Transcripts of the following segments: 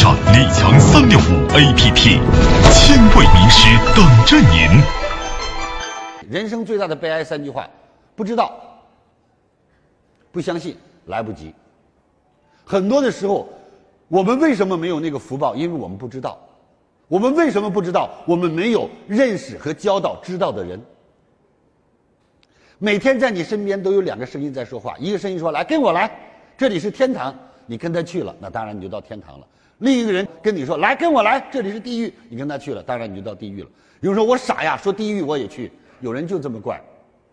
上李强365 APP， 千位名师等着您。 人生最大的悲哀3句话：不知道、不相信、来不及。很多的时候，我们为什么没有那个福报？因为我们不知道。我们为什么不知道？我们没有认识和交到知道的人。每天在你身边都有2个声音在说话，一个声音说：“来，跟我来，这里是天堂。”你跟他去了，那当然你就到天堂了。另一个人跟你说：“来，跟我来，这里是地狱。”你跟他去了，当然你就到地狱了。有人说：“我傻呀，说地狱我也去。”有人就这么怪。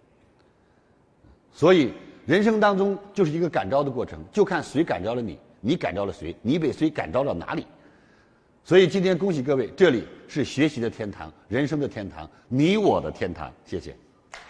所以人生当中就是一个感召的过程，就看谁感召了你，你感召了谁，你被谁感召到哪里。所以今天恭喜各位，这里是学习的天堂，人生的天堂，你我的天堂。谢谢。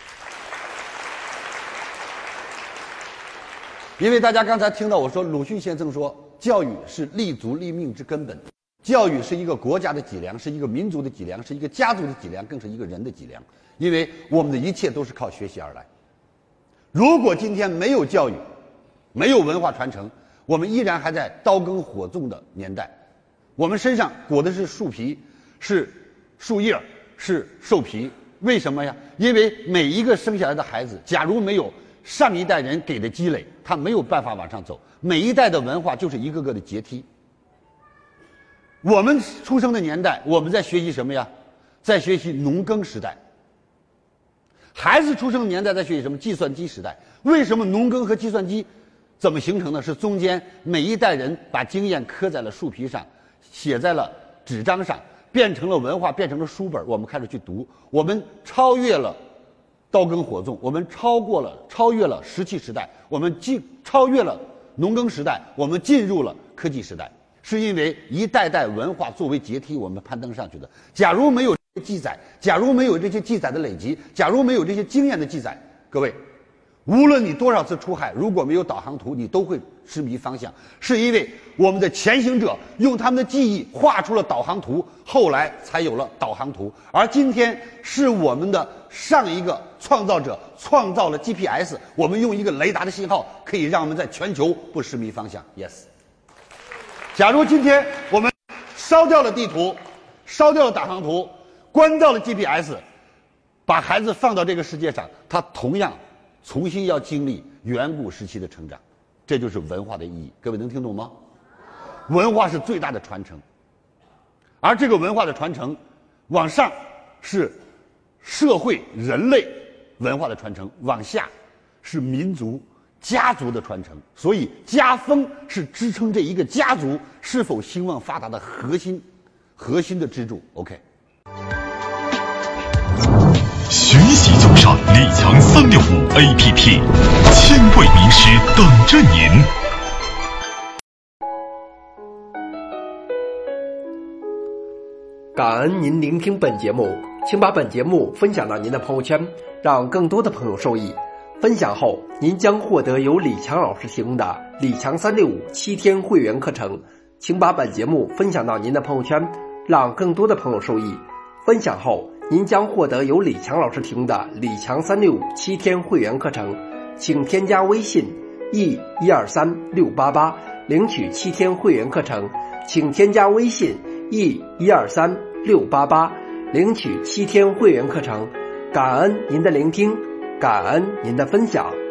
因为大家刚才听到我说，鲁迅先生说，教育是立足立命之根本，教育是一个国家的脊梁，是一个民族的脊梁，是一个家族的脊梁，更是一个人的脊梁。因为我们的一切都是靠学习而来。如果今天没有教育，没有文化传承，我们依然还在刀耕火种的年代。我们身上裹的是树皮，是树叶，是兽皮。为什么呀？因为每一个生下来的孩子，假如没有上一代人给的积累，他没有办法往上走。每一代的文化就是一个个的阶梯。我们出生的年代，我们在学习什么呀？在学习农耕时代。孩子出生的年代在学习什么？计算机时代。为什么农耕和计算机怎么形成呢？是中间每一代人把经验刻在了树皮上，写在了纸张上，变成了文化，变成了书本，我们开始去读。我们超越了刀耕火种，我们超越了石器时代，我们超越了农耕时代，我们进入了科技时代。是因为一代代文化作为阶梯，我们攀登上去的。假如没有记载，假如没有这些记载的累积，假如没有这些经验的记载，各位，无论你多少次出海，如果没有导航图，你都会失迷方向。是因为我们的前行者用他们的记忆画出了导航图，后来才有了导航图。而今天是我们的上一个创造者创造了 GPS， 我们用一个雷达的信号可以让我们在全球不失迷方向。 Yes。 假如今天我们烧掉了地图，烧掉了导航图，关掉了 GPS， 把孩子放到这个世界上，他同样重新要经历远古时期的成长。这就是文化的意义。各位能听懂吗？文化是最大的传承，而这个文化的传承往上是社会人类文化的传承，往下是民族家族的传承。所以家风是支撑这一个家族是否兴旺发达的核心的支柱。 OK， 学习就上李强365 APP， 千位名师等着您。 感恩您聆听本节目，请把本节目分享到您的朋友圈，让更多的朋友受益。分享后，您将获得由李强老师提供的李强365 7天会员课程。请把本节目分享到您的朋友圈，让更多的朋友受益。分享后，您将获得由李强老师提供的李强365 7天会员课程。请添加微信 E123688 领取7天会员课程。请添加微信 E123688 领取7天会员课程。感恩您的聆听，感恩您的分享。